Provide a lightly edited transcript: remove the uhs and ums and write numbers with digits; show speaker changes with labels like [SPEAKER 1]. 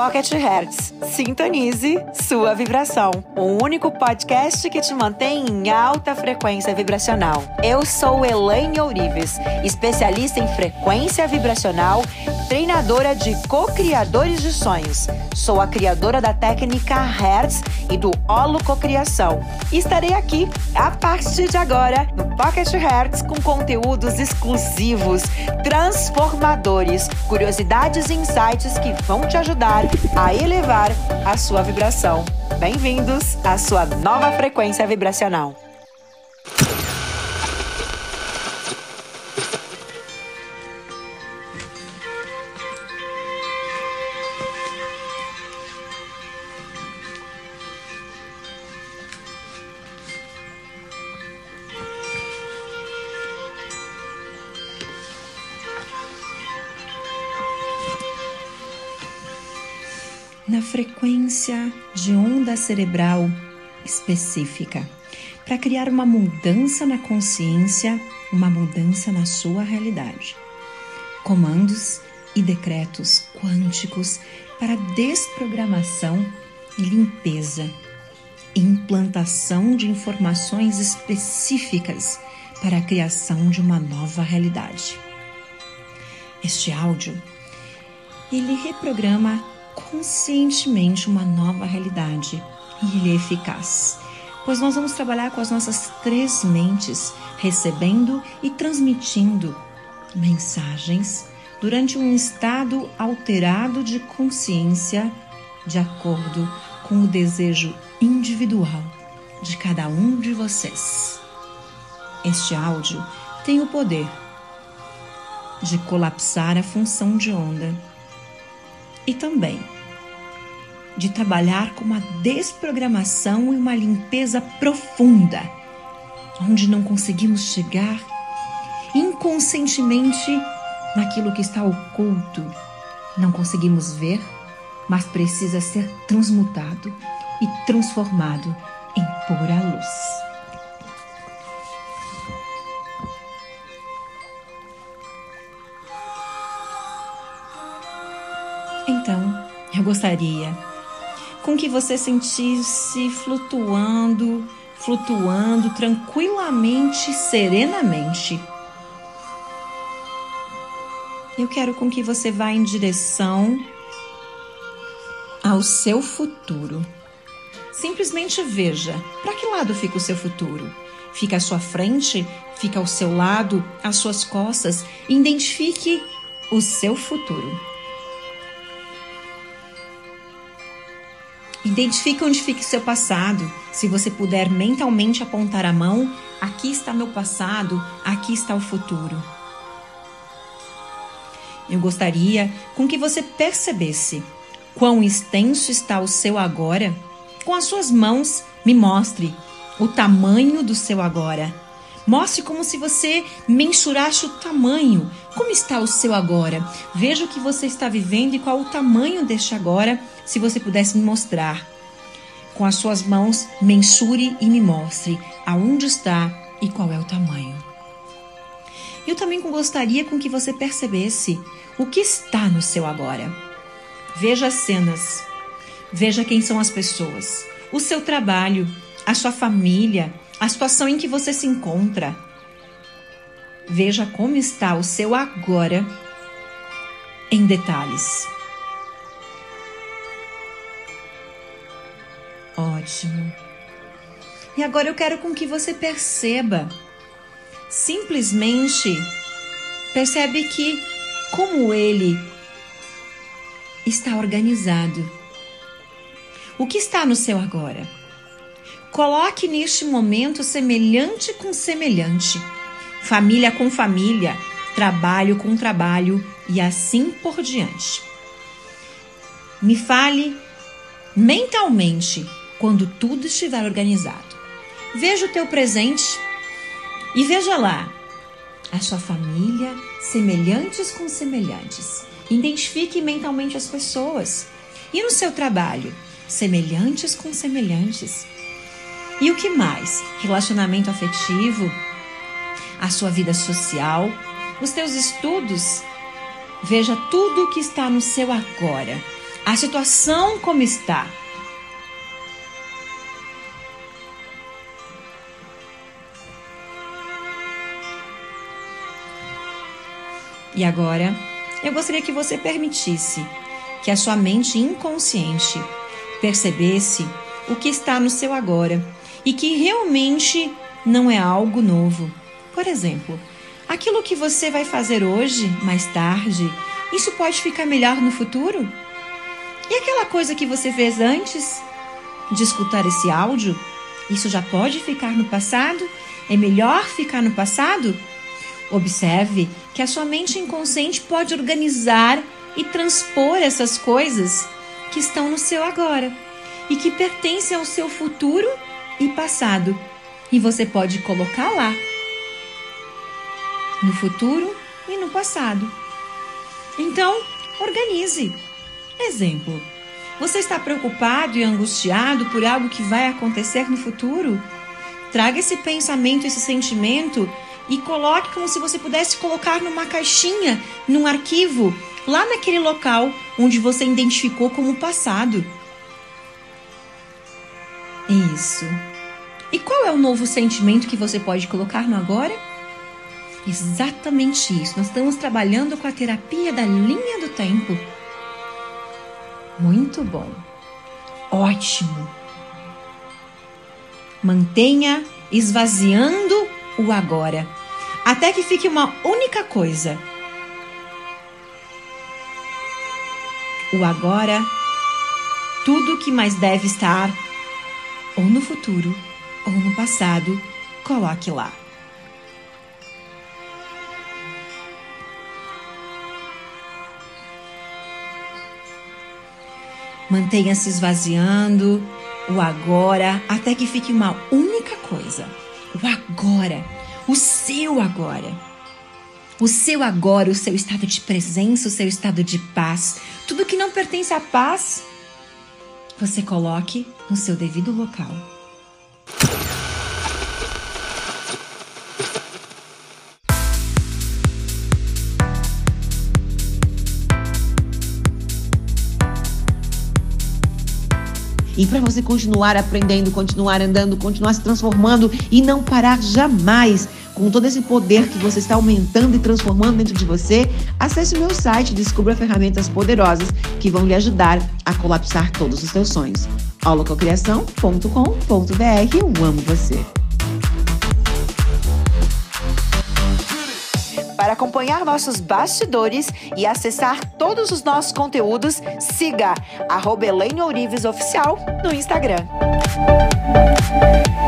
[SPEAKER 1] Pocket Hertz. Sintonize sua vibração. O único podcast que te mantém em alta frequência vibracional. Eu sou Elaine Ourives, especialista em frequência vibracional, treinadora de co-criadores de sonhos. Sou a criadora da técnica Hertz e do Holococriação. Estarei aqui a partir de agora no Pocket Hertz com conteúdos exclusivos, transformadores, curiosidades e insights que vão te ajudar a elevar a sua vibração. Bem-vindos à sua nova frequência vibracional.
[SPEAKER 2] Na frequência de onda cerebral específica, para criar uma mudança na consciência, uma mudança na sua realidade. Comandos e decretos quânticos para desprogramação e limpeza, implantação de informações específicas para a criação de uma nova realidade. Este áudio, ele reprograma conscientemente uma nova realidade e ele é eficaz, pois nós vamos trabalhar com as nossas 3 mentes, recebendo e transmitindo mensagens durante um estado alterado de consciência de acordo com o desejo individual de cada um de vocês. Este áudio tem o poder de colapsar a função de onda e também de trabalhar com uma desprogramação e uma limpeza profunda, onde não conseguimos chegar inconscientemente naquilo que está oculto. Não conseguimos ver, mas precisa ser transmutado e transformado em pura luz. Então, eu gostaria com que você sentisse flutuando tranquilamente, serenamente. Eu quero com que você vá em direção ao seu futuro. Simplesmente veja para que lado fica o seu futuro. Fica à sua frente? Fica ao seu lado? Às suas costas? Identifique o seu futuro. Identifique onde fica o seu passado. Se você puder mentalmente apontar a mão, aqui está meu passado, aqui está o futuro. Eu gostaria com que você percebesse quão extenso está o seu agora. Com as suas mãos, me mostre o tamanho do seu agora. Mostre como se você mensurasse o tamanho. Como está o seu agora? Veja o que você está vivendo e qual o tamanho deste agora, se você pudesse me mostrar. Com as suas mãos, mensure e me mostre aonde está e qual é o tamanho. Eu também gostaria com que você percebesse o que está no seu agora. Veja as cenas, veja quem são as pessoas, o seu trabalho, a sua família, a situação em que você se encontra. Veja como está o seu agora em detalhes. Ótimo. E agora eu quero com que você perceba, simplesmente percebe que como ele está organizado. O que está no seu agora? Coloque neste momento semelhante com semelhante, família com família, trabalho com trabalho e assim por diante. Me fale mentalmente quando tudo estiver organizado. Veja o teu presente e veja lá a sua família, semelhantes com semelhantes. Identifique mentalmente as pessoas. E no seu trabalho, semelhantes com semelhantes. E o que mais? Relacionamento afetivo, a sua vida social, os teus estudos. Veja tudo o que está no seu agora. a situação como está. E agora, eu gostaria que você permitisse que a sua mente inconsciente percebesse o que está no seu agora e que realmente não é algo novo. Por exemplo, aquilo que você vai fazer hoje, mais tarde, isso pode ficar melhor no futuro? E aquela coisa que você fez antes de escutar esse áudio, isso já pode ficar no passado? É melhor ficar no passado? Observe que a sua mente inconsciente pode organizar e transpor essas coisas que estão no seu agora e que pertencem ao seu futuro e passado. E você pode colocar lá, no futuro e no passado. Então, organize. Exemplo, você está preocupado e angustiado por algo que vai acontecer no futuro? Traga esse pensamento, esse sentimento e coloque como se você pudesse colocar numa caixinha, num arquivo, lá naquele local onde você identificou como passado. Isso. E qual é o novo sentimento que você pode colocar no agora? Exatamente isso. Nós estamos trabalhando com a terapia da linha do tempo. Muito bom. Ótimo. Mantenha esvaziando o agora, até que fique uma única coisa. O agora, tudo que mais deve estar ou no futuro ou no passado, coloque lá. Mantenha-se esvaziando o agora até que fique uma única coisa. O agora, o seu agora. O seu agora, o seu estado de presença, o seu estado de paz. Tudo que não pertence à paz, você coloque no seu devido local.
[SPEAKER 3] E para você continuar aprendendo, continuar andando, continuar se transformando e não parar jamais com todo esse poder que você está aumentando e transformando dentro de você, acesse o meu site e descubra ferramentas poderosas que vão lhe ajudar a colapsar todos os seus sonhos. holococriação.com.br. Eu amo você.
[SPEAKER 1] Para acompanhar nossos bastidores e acessar todos os nossos conteúdos, siga @ElainOurives Oficial no Instagram.